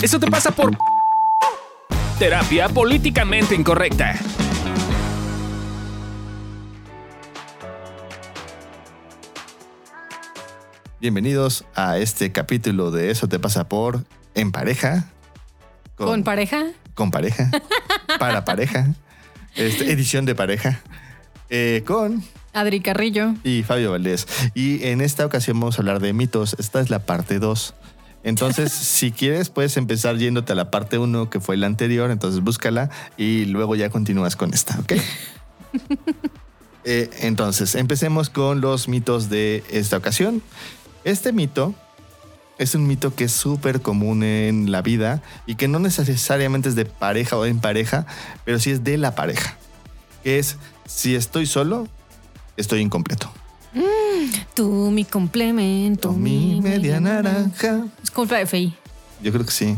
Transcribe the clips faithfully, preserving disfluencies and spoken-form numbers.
Eso te pasa por terapia políticamente incorrecta. Bienvenidos a este capítulo de Eso te pasa por En pareja. ¿Con, ¿Con pareja? Con pareja. Para pareja. Este, edición de pareja. Eh, con Adri Carrillo y Fabio Valdés. Y en esta ocasión vamos a hablar de mitos. Esta es la parte dos. Entonces, si quieres, puedes empezar yéndote a la parte uno, que fue la anterior. Entonces, búscala y luego ya continúas con esta, ¿ok? eh, entonces, empecemos con los mitos de esta ocasión. Este mito es un mito que es súper común en la vida y que no necesariamente es de pareja o en pareja, pero sí es de la pareja. Que es, si estoy solo, estoy incompleto. Mm, tú, mi complemento, mi, mi media naranja. naranja. Es culpa de Fey. Yo creo que sí.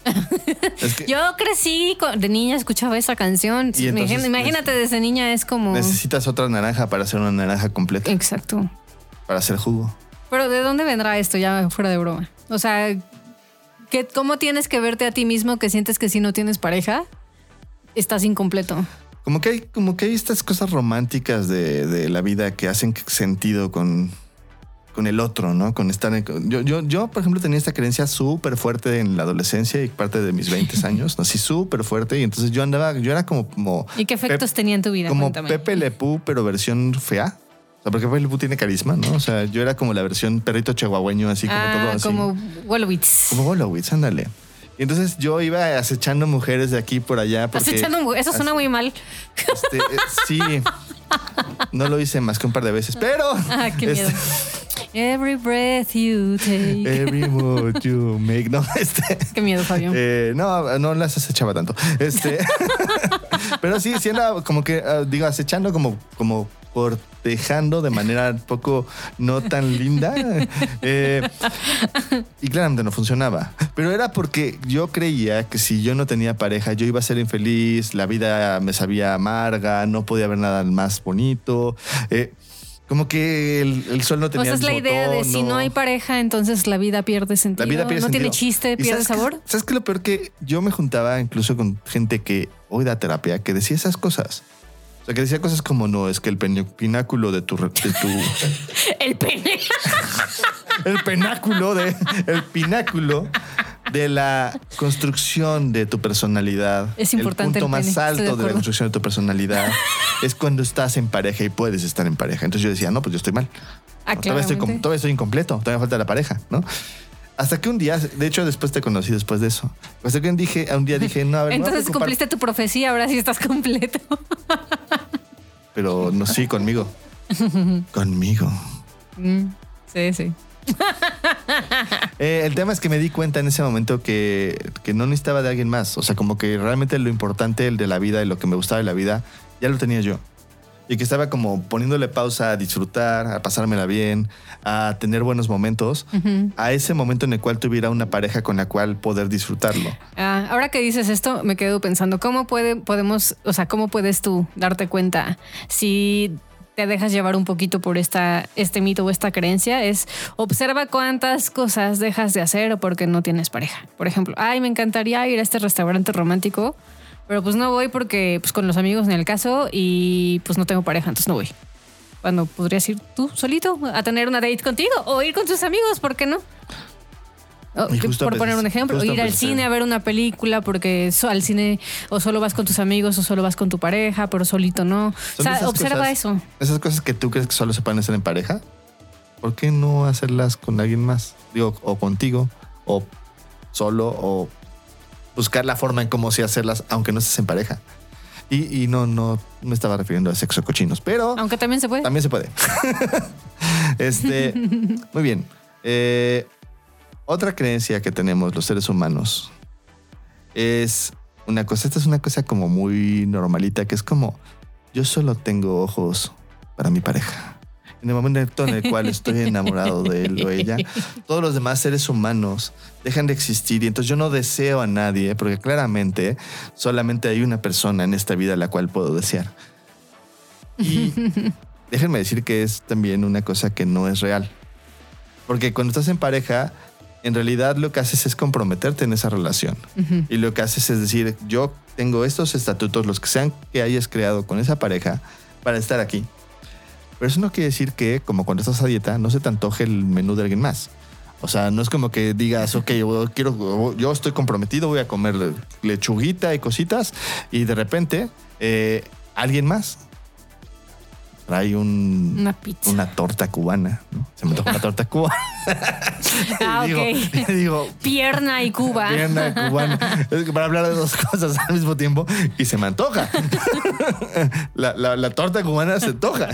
Es que yo crecí de niña, escuchaba esa canción. Y entonces, imagínate, desde niña es como... Necesitas otra naranja para hacer una naranja completa. Exacto. Para hacer jugo. Pero ¿de dónde vendrá esto, ya fuera de broma? O sea, ¿qué, ¿cómo tienes que verte a ti mismo que sientes que si no tienes pareja, estás incompleto? Como que hay, como que hay estas cosas románticas de, de la vida que hacen sentido con, con el otro, ¿no? Con estar en, yo, yo, yo, por ejemplo, tenía esta creencia súper fuerte en la adolescencia y parte de mis veinte años, ¿no? Así súper fuerte. Y entonces yo andaba, yo era como... como ¿Y qué efectos Pep, tenía en tu vida? Como Cuéntame. Pepe Le Pew, pero versión fea. O sea, porque Pepe Le Pew tiene carisma, ¿no? O sea, yo era como la versión perrito chihuahueño, así como ah, todo así. como Wolowitz. Como Wolowitz, ándale. Y entonces yo iba acechando mujeres de aquí por allá. Porque, acechando, eso suena muy mal. Este, eh, sí, no lo hice más que un par de veces, pero... Ah, qué miedo. Este, every breath you take. Every move you make. No, este... Qué miedo, Fabio. Eh, no, no las acechaba tanto. Este... pero sí, sí andaba como que, uh, digo, acechando como... como cortejando de manera un poco no tan linda. Eh, y claramente no funcionaba. Pero era porque yo creía que si yo no tenía pareja, yo iba a ser infeliz, la vida me sabía amarga, no podía haber nada más bonito. Eh, como que el, el sol no tenía... O sea, es la idea tono. De si no hay pareja, entonces la vida pierde sentido. La vida pierde no sentido. Tiene chiste, pierde ¿sabes sabor. Qué, ¿Sabes qué? Lo peor que yo me juntaba incluso con gente que hoy da terapia, que decía esas cosas. O sea, que decía cosas como, no, es que el pináculo de tu... De tu el pene. El pináculo de... El pináculo de la construcción de tu personalidad. Es importante. El punto el más alto de, de la construcción de tu personalidad es cuando estás en pareja y puedes estar en pareja. Entonces yo decía, no, pues yo estoy mal. Ah, no, todavía, estoy, todavía estoy incompleto. Todavía falta la pareja, ¿no? Hasta que un día, de hecho, después te conocí después de eso. Hasta que un, dije, un día dije, no, a ver, entonces no cumpliste tu profecía, ahora sí estás completo. Pero no, sí, conmigo. Conmigo. Mm, sí, sí. eh, el tema es que me di cuenta en ese momento que, que no necesitaba de alguien más. O sea, como que realmente lo importante, el de la vida y lo que me gustaba de la vida, ya lo tenía yo. Y que estaba como poniéndole pausa a disfrutar, a pasármela bien, a tener buenos momentos, uh-huh. a ese momento en el cual tuviera una pareja con la cual poder disfrutarlo. Ah, ahora que dices esto, me quedo pensando, ¿cómo puede, podemos, o sea, cómo puedes tú darte cuenta si te dejas llevar un poquito por esta, este mito o esta creencia? Es observa cuántas cosas dejas de hacer o porque no tienes pareja. Por ejemplo, ay, me encantaría ir a este restaurante romántico, pero pues no voy porque pues con los amigos en el caso y pues no tengo pareja, entonces no voy. Cuando podrías ir tú solito a tener una date contigo o ir con tus amigos, ¿por qué no? Oh, por poner un ejemplo, o ir al cine a ver una película porque so, al cine o solo vas con tus amigos o solo vas con tu pareja, pero solito no. O sea, observa cosas, eso. Esas cosas que tú crees que solo se pueden hacer en pareja, ¿por qué no hacerlas con alguien más? Digo, o contigo, o solo, o buscar la forma en cómo sí hacerlas, aunque no estés en pareja. Y, y no, no me estaba refiriendo a sexo cochinos, pero... Aunque también se puede. También se puede. este, muy bien. Eh, otra creencia que tenemos los seres humanos es una cosa, esta es una cosa como muy normalita, que es como, yo solo tengo ojos para mi pareja. En el momento en el cual estoy enamorado de él o ella, todos los demás seres humanos dejan de existir y entonces yo no deseo a nadie, porque claramente solamente hay una persona en esta vida a la cual puedo desear. Y déjenme decir que es también una cosa que no es real. Porque cuando estás en pareja, en realidad lo que haces es comprometerte en esa relación. Uh-huh. Y lo que haces es decir, yo tengo estos estatutos, los que sean que hayas creado con esa pareja, para estar aquí. Pero eso no quiere decir que, como cuando estás a dieta, no se te antoje el menú de alguien más. O sea, no es como que digas, ok, yo, quiero, yo estoy comprometido, voy a comer lechuguita y cositas, y de repente eh, alguien más trae un, una pizza, una torta cubana, ¿no? Se me antoja una torta cubana. Ah, digo, ok. Digo, pierna y Cuba. Pierna y cubana. Es que para hablar de dos cosas al mismo tiempo y se me antoja. la, la, la torta cubana se antoja.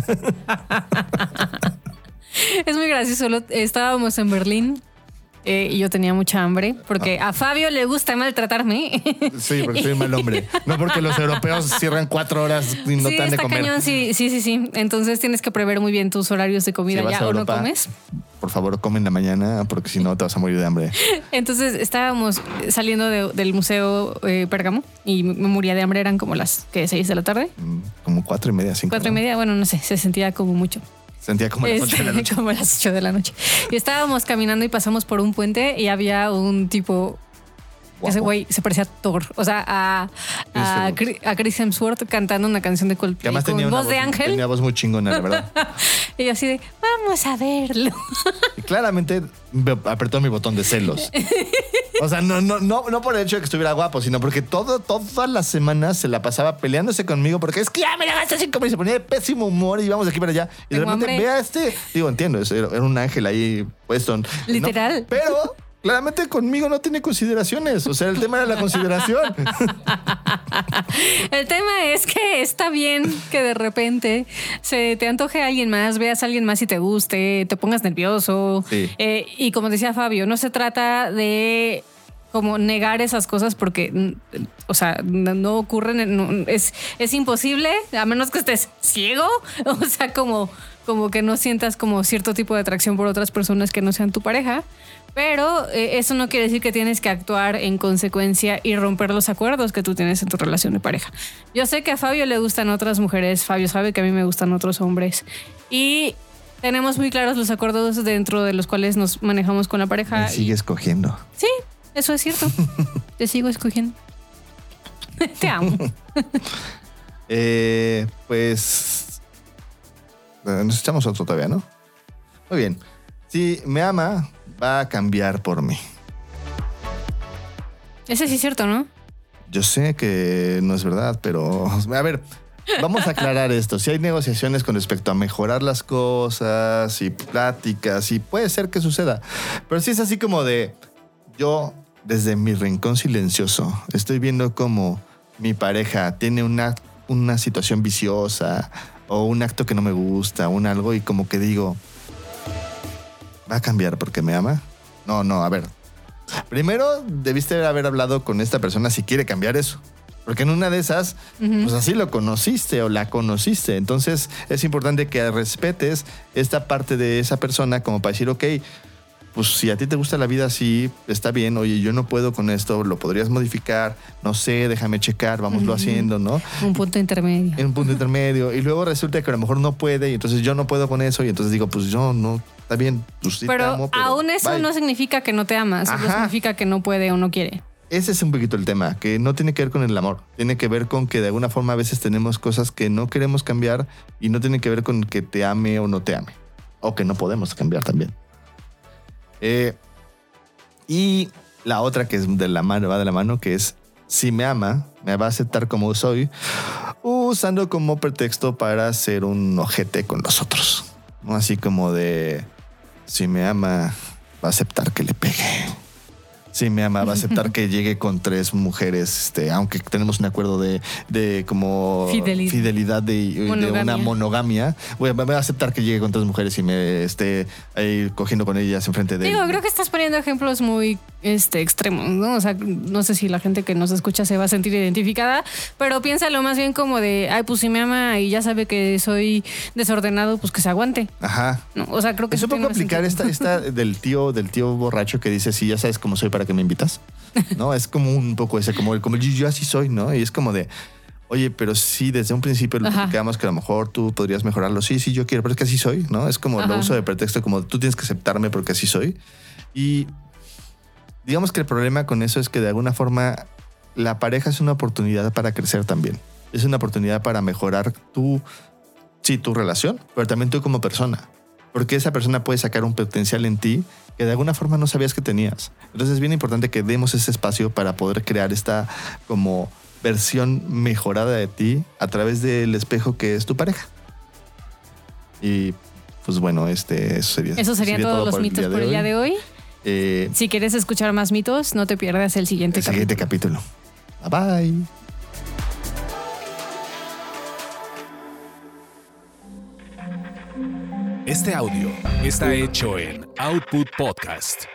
Es muy gracioso. Estábamos en Berlín eh, y yo tenía mucha hambre porque a Fabio le gusta maltratarme. Sí, porque soy un mal hombre. No porque los europeos cierran cuatro horas y no sí, te han de comer. Cañón, sí, sí, sí, sí. Entonces tienes que prever muy bien tus horarios de comida. Si ¿Ya o no comes? Por favor, come en la mañana porque si no te vas a morir de hambre. Entonces estábamos saliendo de, del museo eh, Pérgamo y me moría de hambre. Eran como las ¿qué, seis de la tarde. Como cuatro y media, cinco. Cuatro ¿no? y media, bueno, no sé, se sentía como mucho. Sentía como las ocho de la noche. Como las ocho de la noche. Y estábamos caminando y pasamos por un puente y había un tipo. Guapo. Ese güey se parecía a Thor. O sea, a, a, a Chris Hemsworth cantando una canción de Coldplay con tenía voz una de voz, ángel. Tenía voz muy chingona, la verdad. Y yo así de, vamos a verlo. Y claramente apretó mi botón de celos. O sea, no, no, no, no por el hecho de que estuviera guapo, sino porque todo, todas las semanas se la pasaba peleándose conmigo porque es que ya me la gasté sin comer y se ponía de pésimo humor y íbamos de aquí para allá. Y de repente hambre. Ve a este. Digo, entiendo, era un ángel ahí puesto. Literal. ¿no? Pero claramente conmigo no tiene consideraciones. O sea, el tema era la consideración. El tema es que está bien que de repente se te antoje a alguien más, veas a alguien más y te guste, te pongas nervioso. Sí. Eh, y como decía Fabio, no se trata de como negar esas cosas porque, o sea, no, no ocurren, no, es, es imposible, a menos que estés ciego, o sea, como, como que no sientas como cierto tipo de atracción por otras personas que no sean tu pareja. Pero eh, eso no quiere decir que tienes que actuar en consecuencia y romper los acuerdos que tú tienes en tu relación de pareja. Yo sé que a Fabio le gustan otras mujeres, Fabio sabe que a mí me gustan otros hombres y tenemos muy claros los acuerdos dentro de los cuales nos manejamos con la pareja. Me sigue escogiendo. Sí, eso es cierto. Te sigo escogiendo. Te amo. eh, pues nos echamos otro todavía, ¿no? Muy bien. Si me ama, va a cambiar por mí. Ese sí es cierto, ¿no? Yo sé que no es verdad, pero a ver, vamos a aclarar esto. Si hay negociaciones con respecto a mejorar las cosas y pláticas, y puede ser que suceda. Pero si es así como de yo, desde mi rincón silencioso, estoy viendo como mi pareja tiene una, una situación viciosa o un acto que no me gusta, un algo, y como que digo, ¿va a cambiar porque me ama? No, no, a ver. Primero debiste haber hablado con esta persona si quiere cambiar eso. Porque en una de esas, uh-huh. pues así lo conociste o la conociste. Entonces es importante que respetes esta parte de esa persona como para decir, ok, pues si a ti te gusta la vida así, está bien. Oye, yo no puedo con esto, lo podrías modificar. No sé, déjame checar, vámoslo uh-huh. haciendo, ¿no? Un punto intermedio. En un punto intermedio. Y luego resulta que a lo mejor no puede y entonces yo no puedo con eso y entonces digo, pues yo no... Está bien, pues sí pero, te amo, pero aún eso bye. No significa que no te amas, solo significa que no puede o no quiere. Ese es un poquito el tema, que no tiene que ver con el amor. Tiene que ver con que de alguna forma a veces tenemos cosas que no queremos cambiar y no tiene que ver con que te ame o no te ame. O que no podemos cambiar también. Eh, y la otra que es de la mano, va de la mano, que es si me ama, me va a aceptar como soy, usando como pretexto para ser un ojete con los otros. ¿No? Así como de... Si me ama, va a aceptar que le pegue. Si me ama, va a aceptar que llegue con tres mujeres, este, aunque tenemos un acuerdo de, de como fidelidad, fidelidad de, de una monogamia. Voy a, voy a aceptar que llegue con tres mujeres y me esté ahí cogiendo con ellas enfrente de Digo, él. creo que estás poniendo ejemplos muy este, extremos, ¿no? O sea, no sé si la gente que nos escucha se va a sentir identificada, pero piénsalo más bien como de, ay, pues si me ama y ya sabe que soy desordenado, pues que se aguante. Ajá. No, o sea, creo que es un poco aplicar esta, esta del tío, del tío borracho que dice, sí, ya sabes cómo soy para que me invitas, ¿no? Es como un poco ese, como el, como el yo así soy, ¿no? Y es como de, oye, pero sí, desde un principio lo platicamos que a lo mejor tú podrías mejorarlo. Sí, sí, yo quiero, pero es que así soy, ¿no? Es como Ajá. el uso de pretexto, como tú tienes que aceptarme porque así soy. Y digamos que el problema con eso es que de alguna forma la pareja es una oportunidad para crecer también. Es una oportunidad para mejorar tu, sí, tu relación, pero también tú como persona. Porque esa persona puede sacar un potencial en ti que de alguna forma no sabías que tenías. Entonces es bien importante que demos ese espacio para poder crear esta como versión mejorada de ti a través del espejo que es tu pareja. Y pues bueno, este, eso sería, eso sería, sería todos los mitos por el día de hoy. Eh, si quieres escuchar más mitos, no te pierdas el siguiente el capítulo. siguiente capítulo. Bye bye. Este audio está hecho en Output Podcast.